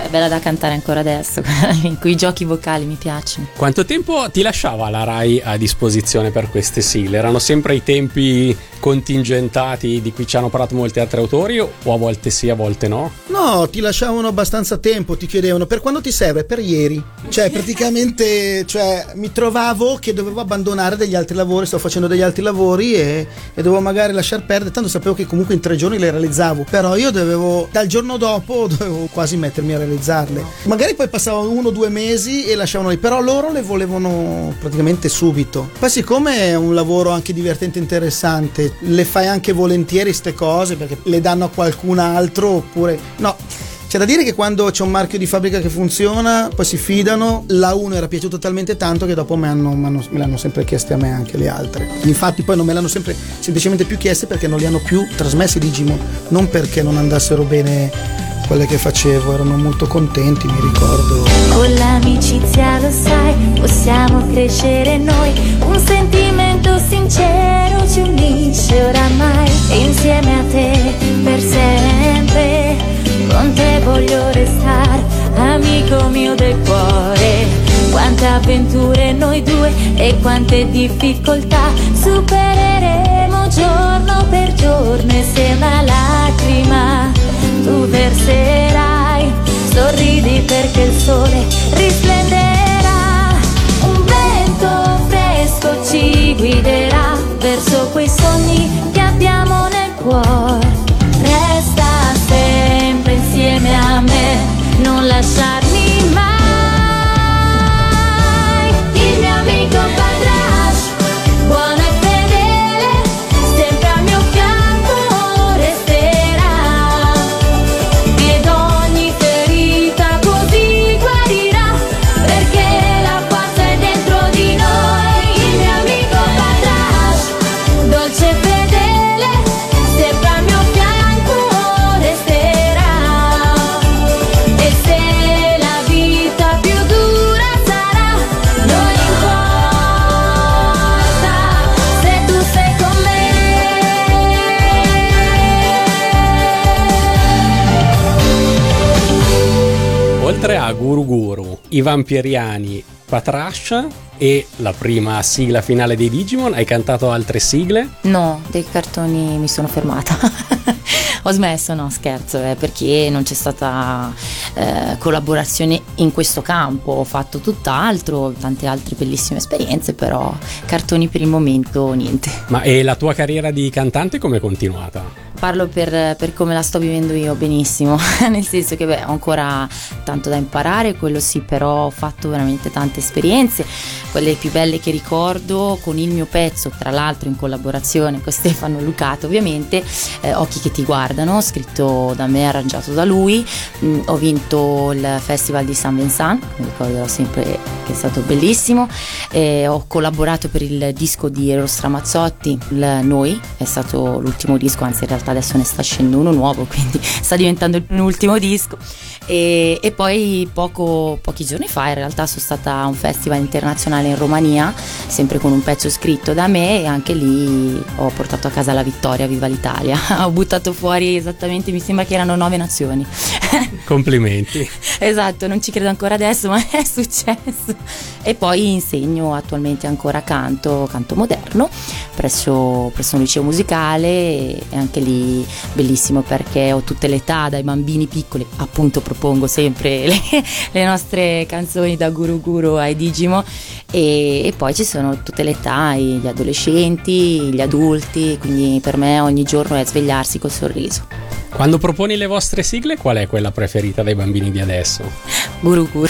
è bella da cantare ancora adesso, in cui i giochi vocali mi piacciono. Quanto tempo ti lasciava la Rai a disposizione per queste sigle? Erano sempre i tempi contingentati di cui ci hanno parlato molti altri autori, o a volte sì, a volte no? No, ti lasciavano abbastanza tempo, ti chiedevano per quando ti serve? Per ieri. Cioè praticamente mi trovavo che dovevo abbandonare degli altri lavori, stavo facendo degli altri lavori e dovevo magari lasciar perdere, tanto sapevo che comunque in 3 giorni le realizzavo, però io dal giorno dopo dovevo quasi mettermi a realizzarle. Magari poi passavano 1 o 2 mesi e lasciavano lì, però loro le volevano praticamente subito. Poi siccome è un lavoro anche divertente e interessante, le fai anche volentieri ste cose perché le danno a qualcun altro, oppure no. C'è da dire che quando c'è un marchio di fabbrica che funziona, poi si fidano. La 1 era piaciuta talmente tanto che dopo me l'hanno sempre chieste a me anche le altre. Infatti poi non me l'hanno sempre semplicemente più chieste perché non li hanno più trasmessi Digimon, non perché non andassero bene quelle che facevo, erano molto contenti, mi ricordo. Con l'amicizia, lo sai, possiamo crescere noi. Un sentimento sincero ci unisce oramai. E insieme a te per sempre, con te voglio restare, amico mio del cuore. Quante avventure noi due e quante difficoltà supereremo giorno per giorno, e se una lacrima tu verserai, sorridi perché il sole risplenderà. Un vento fresco ci guiderà verso quei sogni che abbiamo nel cuore. Resta sempre insieme a me, non lasciarmi mai. Il mio amico Patrash, buono e fedele, sempre al mio fianco resterà. Ed ogni ferita così guarirà, perché la forza è dentro di noi. Il mio amico Patrash, dolce e fedele, sempre al mio fianco resterà. E se la vita più dura sarà, non importa se tu sei con me. Oltre a Guru Guru, i Vampiriani, Patrash e la prima sigla finale dei Digimon, hai cantato altre sigle? No, dei cartoni mi sono fermata. Ho smesso, no scherzo, perché non c'è stata collaborazione in questo campo. Ho fatto tutt'altro, tante altre bellissime esperienze, però cartoni per il momento niente. Ma e la tua carriera di cantante come è continuata? Parlo per come la sto vivendo io benissimo, nel senso che ho ancora tanto da imparare, quello sì, però ho fatto veramente tante esperienze, quelle più belle che ricordo con il mio pezzo, tra l'altro in collaborazione con Stefano Lucato ovviamente, Occhi che ti guardano, scritto da me, arrangiato da lui. Ho vinto il Festival di San Vincent, mi ricorderò sempre che è stato bellissimo. Ho collaborato per il disco di Eros Ramazzotti, il Noi, è stato l'ultimo disco, anzi in realtà adesso ne sta scendendo uno nuovo, quindi sta diventando il ultimo disco. E poi pochi giorni fa in realtà sono stata a un festival internazionale in Romania, sempre con un pezzo scritto da me, e anche lì ho portato a casa la vittoria, viva l'Italia. Ho buttato fuori esattamente, mi sembra che erano 9 nazioni. Complimenti. Esatto, non ci credo ancora adesso, ma è successo. E poi insegno attualmente ancora canto moderno presso un liceo musicale, e anche lì bellissimo perché ho tutte le età, dai bambini piccoli, appunto propongo sempre le nostre canzoni da Guru Guru ai Digimon, e poi ci sono tutte le età, gli adolescenti, gli adulti, quindi per me ogni giorno è svegliarsi col sorriso. Quando proponi le vostre sigle, qual è quella preferita dai bambini di adesso? Guru Guru.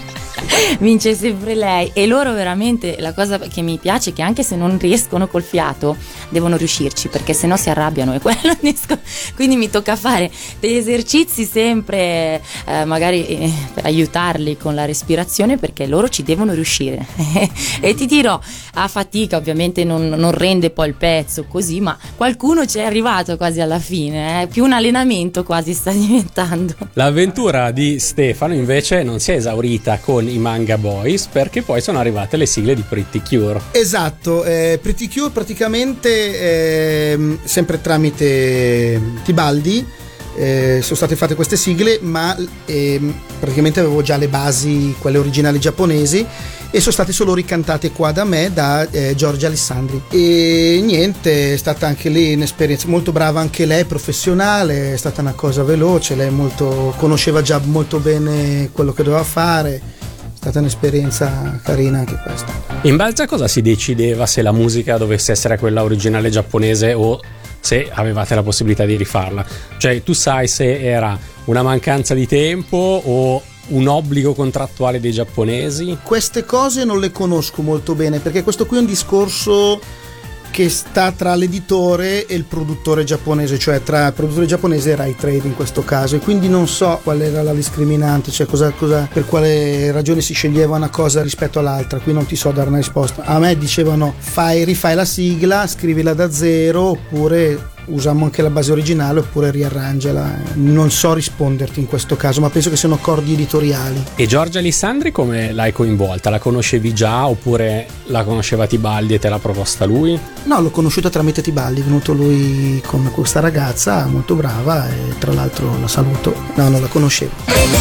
Vince sempre lei, e loro veramente, la cosa che mi piace è che anche se non riescono col fiato devono riuscirci, perché sennò si arrabbiano, e quello quindi mi tocca fare degli esercizi sempre magari per aiutarli con la respirazione, perché loro ci devono riuscire. E ti dirò, a fatica ovviamente non rende poi il pezzo così, ma qualcuno ci è arrivato quasi alla fine, più un allenamento quasi sta diventando. L'avventura di Stefano invece non si è esaurita con i Manga Boys, perché poi sono arrivate le sigle di Pretty Cure. Esatto, Pretty Cure praticamente sempre tramite Tibaldi sono state fatte queste sigle, ma praticamente avevo già le basi, quelle originali giapponesi, e sono state solo ricantate qua da me, da Giorgia Alessandri. E niente, è stata anche lì un'esperienza molto brava, anche lei professionale, è stata una cosa veloce, lei conosceva già molto bene quello che doveva fare, è stata un'esperienza carina anche questa. In base a cosa si decideva se la musica dovesse essere quella originale giapponese o se avevate la possibilità di rifarla? Cioè, tu sai se era una mancanza di tempo o un obbligo contrattuale dei giapponesi? Queste cose non le conosco molto bene, perché questo qui è un discorso che sta tra l'editore e il produttore giapponese, cioè tra il produttore giapponese e Rai Trade in questo caso, e quindi non so qual era la discriminante, cioè per quale ragione si sceglieva una cosa rispetto all'altra. Qui non ti so dare una risposta. A me dicevano rifai la sigla, scrivila da zero, oppure usiamo anche la base originale, oppure riarrangiala. Non so risponderti in questo caso, ma penso che siano accordi editoriali. E Giorgia Alessandri come l'hai coinvolta? La conoscevi già oppure la conosceva Tibaldi e te l'ha proposta lui? No, l'ho conosciuta tramite Tibaldi, è venuto lui con questa ragazza molto brava e tra l'altro la saluto. No, non la conoscevo.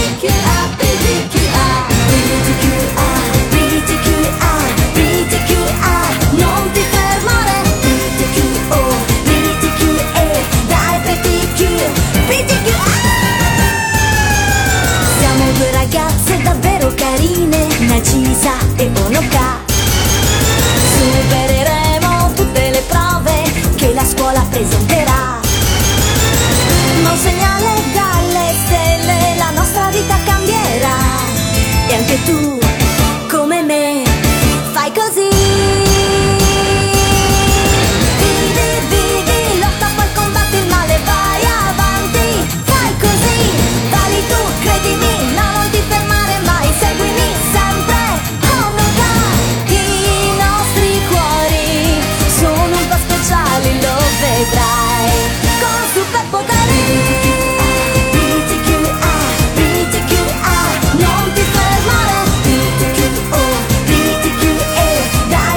Siamo due ragazze davvero carine, Nagisa e Onoka. Supereremo tutte le prove che la scuola presenterà. Ma un segnale dalle stelle, la nostra vita cambierà. E anche tu, come me, fai così. Vivi, lotta, poi combatti il male, vai avanti. Fai così, vali tu, credimi, no, non ti fermare mai, seguimi sempre. Onoka, i nostri cuori sono un po' speciali, lo vedrai, con superpoteri. Non ti fermare. Dai,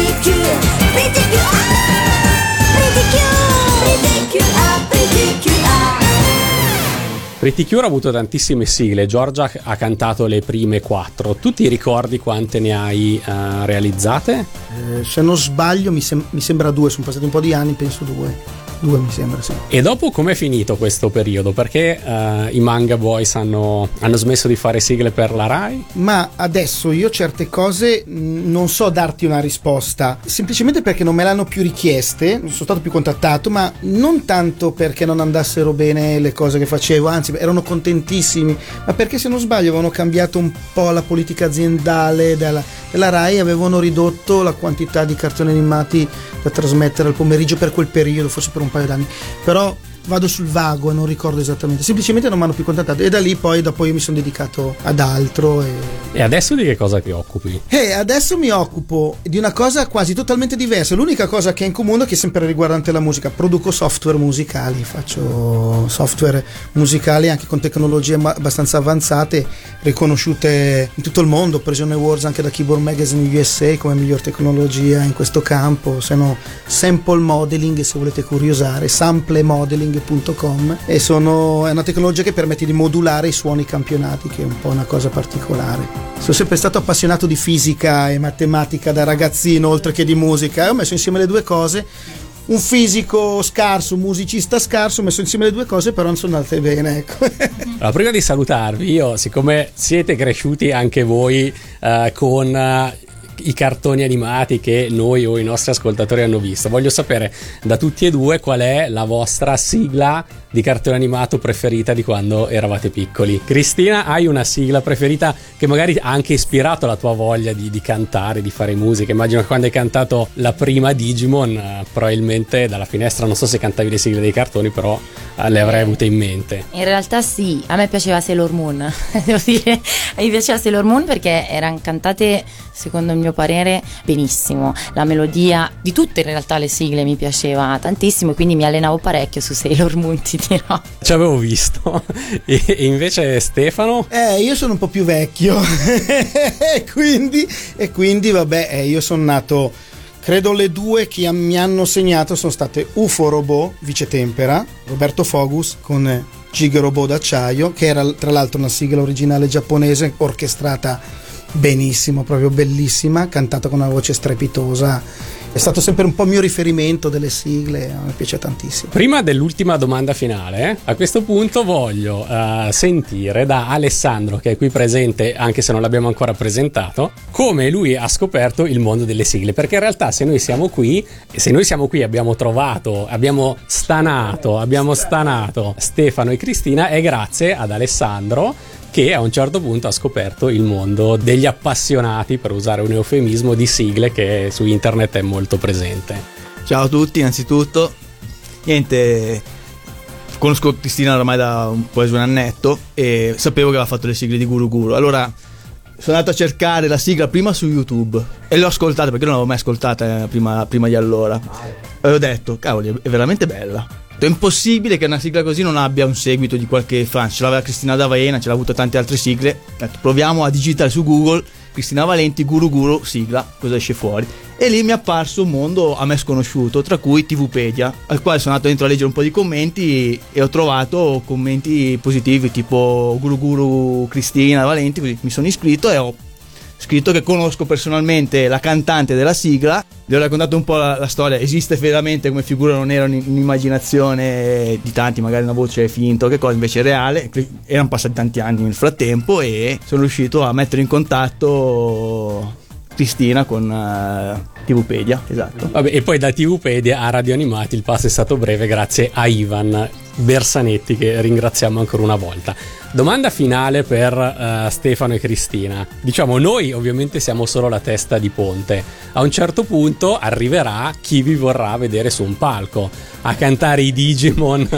Pretty Cure ha avuto tantissime sigle, Giorgia ha cantato le prime 4. Tu ti ricordi quante ne hai realizzate? Se non sbaglio mi sembra 2, sono passati un po' di anni, penso 2 mi sembra, sì. E dopo com'è finito questo periodo? Perché i Manga Boys hanno smesso di fare sigle per la Rai? Ma adesso io certe cose non so darti una risposta, semplicemente perché non me l'hanno più richieste, non sono stato più contattato, ma non tanto perché non andassero bene le cose che facevo, anzi erano contentissimi, ma perché se non sbaglio avevano cambiato un po' la politica aziendale della Rai, avevano ridotto la quantità di cartoni animati da trasmettere al pomeriggio per quel periodo, forse per un paio d'anni, però vado sul vago e non ricordo esattamente, semplicemente non mi hanno più contattato, e da lì poi dopo io mi sono dedicato ad altro. E adesso di che cosa ti occupi? Adesso mi occupo di una cosa quasi totalmente diversa. L'unica cosa che è in comune è che è sempre riguardante la musica. Produco software musicali, faccio software musicali anche con tecnologie abbastanza avanzate, riconosciute in tutto il mondo. Ho preso un awards anche da Keyboard Magazine USA come miglior tecnologia in questo campo. Sono sample modeling, se volete curiosare, samplemodeling.com, e è una tecnologia che permette di modulare i suoni campionati, che è un po' una cosa particolare. Sono sempre stato appassionato di fisica e matematica da ragazzino, oltre che di musica, e ho messo insieme le due cose. Un fisico scarso, un musicista scarso, ho messo insieme le due cose, però non sono andate bene, ecco. Allora, prima di salutarvi, io, siccome siete cresciuti anche voi con i cartoni animati che noi o i nostri ascoltatori hanno visto, voglio sapere da tutti e due qual è la vostra sigla di cartone animato preferita di quando eravate piccoli. Cristina, hai una sigla preferita che magari ha anche ispirato la tua voglia di cantare, di fare musica? Immagino che quando hai cantato la prima Digimon, probabilmente dalla finestra, non so se cantavi le sigle dei cartoni, però le avrai avute in mente. In realtà sì, a me piaceva Sailor Moon, devo dire, mi piaceva Sailor Moon perché erano cantate, secondo il mio parere, benissimo. La melodia di tutte in realtà le sigle mi piaceva tantissimo, e quindi mi allenavo parecchio su Sailor Moon, ti dirò. Ci avevo visto. E invece Stefano? Io sono un po' più vecchio e quindi vabbè, io sono nato, credo le due che mi hanno segnato sono state UFO Robot, Vice Tempera, Roberto Fogus con Gigarobo d'acciaio, che era tra l'altro una sigla originale giapponese orchestrata benissimo, proprio bellissima, cantata con una voce strepitosa. È stato sempre un po' mio riferimento delle sigle, mi piace tantissimo. Prima dell'ultima domanda finale, a questo punto voglio sentire da Alessandro, che è qui presente anche se non l'abbiamo ancora presentato, come lui ha scoperto il mondo delle sigle, perché in realtà se noi siamo qui abbiamo stanato Stefano e Cristina, è grazie ad Alessandro, che a un certo punto ha scoperto il mondo degli appassionati, per usare un eufemismo, di sigle, che su internet è molto presente. Ciao a tutti, innanzitutto. Niente, conosco Cristina ormai da quasi un annetto e sapevo che aveva fatto le sigle di Guru Guru. Allora sono andato a cercare la sigla prima su YouTube e l'ho ascoltata, perché non l'avevo mai ascoltata prima di allora. E ho detto, cavoli, è veramente bella. È impossibile che una sigla così non abbia un seguito di qualche fan. Ce l'aveva Cristina D'Avena, ce l'ha avuto tante altre sigle. Ho detto, proviamo a digitare su Google Cristina Valenti, Guru Guru, sigla, cosa esce fuori? E lì mi è apparso un mondo a me sconosciuto, tra cui TVpedia, al quale sono andato dentro a leggere un po' di commenti e ho trovato commenti positivi, tipo Guru Guru Cristina Valenti, così mi sono iscritto e ho scritto che conosco personalmente la cantante della sigla, gli ho raccontato un po' la storia, esiste veramente come figura, non era un'immaginazione di tanti, magari una voce finta o che cosa, invece è reale. Erano passati tanti anni nel frattempo e sono riuscito a mettere in contatto Cristina con TVpedia, esatto. Vabbè, e poi da TVpedia a Radio Animati il passo è stato breve grazie a Ivan Bersanetti, che ringraziamo ancora una volta. Domanda finale per Stefano e Cristina. Diciamo, noi ovviamente siamo solo la testa di ponte. A un certo punto arriverà chi vi vorrà vedere su un palco a cantare i Digimon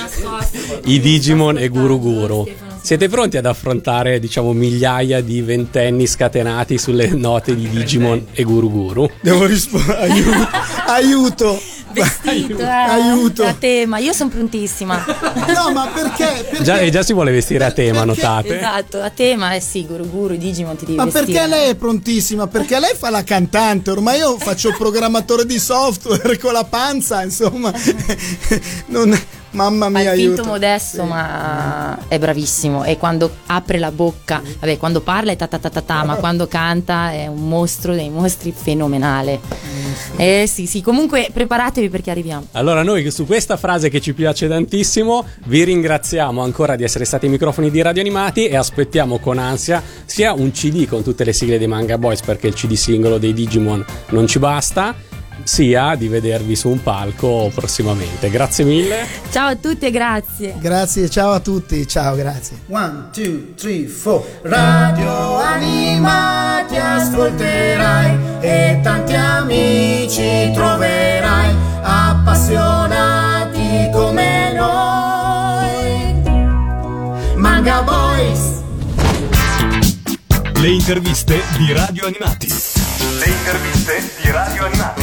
i Digimon e Guru Guru. Siete pronti ad affrontare, diciamo, migliaia di ventenni scatenati sulle note di Digimon e Guru Guru? Devo rispondere, aiuto. Vestito, aiuto. a tema, io sono prontissima. No, ma perché? Già si vuole vestire a tema, notate? Esatto, a tema, sì, Guru Guru, i Digimon ti devi Ma vestire. perché lei è prontissima? Perché lei fa la cantante, ormai io faccio il programmatore di software con la panza, insomma. Non... Mamma mia, Fa il finto aiuto. modesto, Sì. ma è bravissimo. E quando apre la bocca, vabbè, quando parla è ta ta ta ta ta, ma quando canta è un mostro dei mostri, fenomenale. Sì, comunque preparatevi perché arriviamo. Allora noi su questa frase che ci piace tantissimo vi ringraziamo ancora di essere stati ai microfoni di Radio Animati e aspettiamo con ansia sia un CD con tutte le sigle dei Manga Boys, perché il CD singolo dei Digimon non ci basta, sia di vedervi su un palco prossimamente. Grazie mille. Ciao a tutti e grazie. Grazie, ciao a tutti, ciao, grazie. 1, 2, 3, 4. Radio Animati ascolterai e tanti amici troverai appassionati come noi. Manga Boys. Le interviste di Radio Animati. Le interviste di Radio Animati.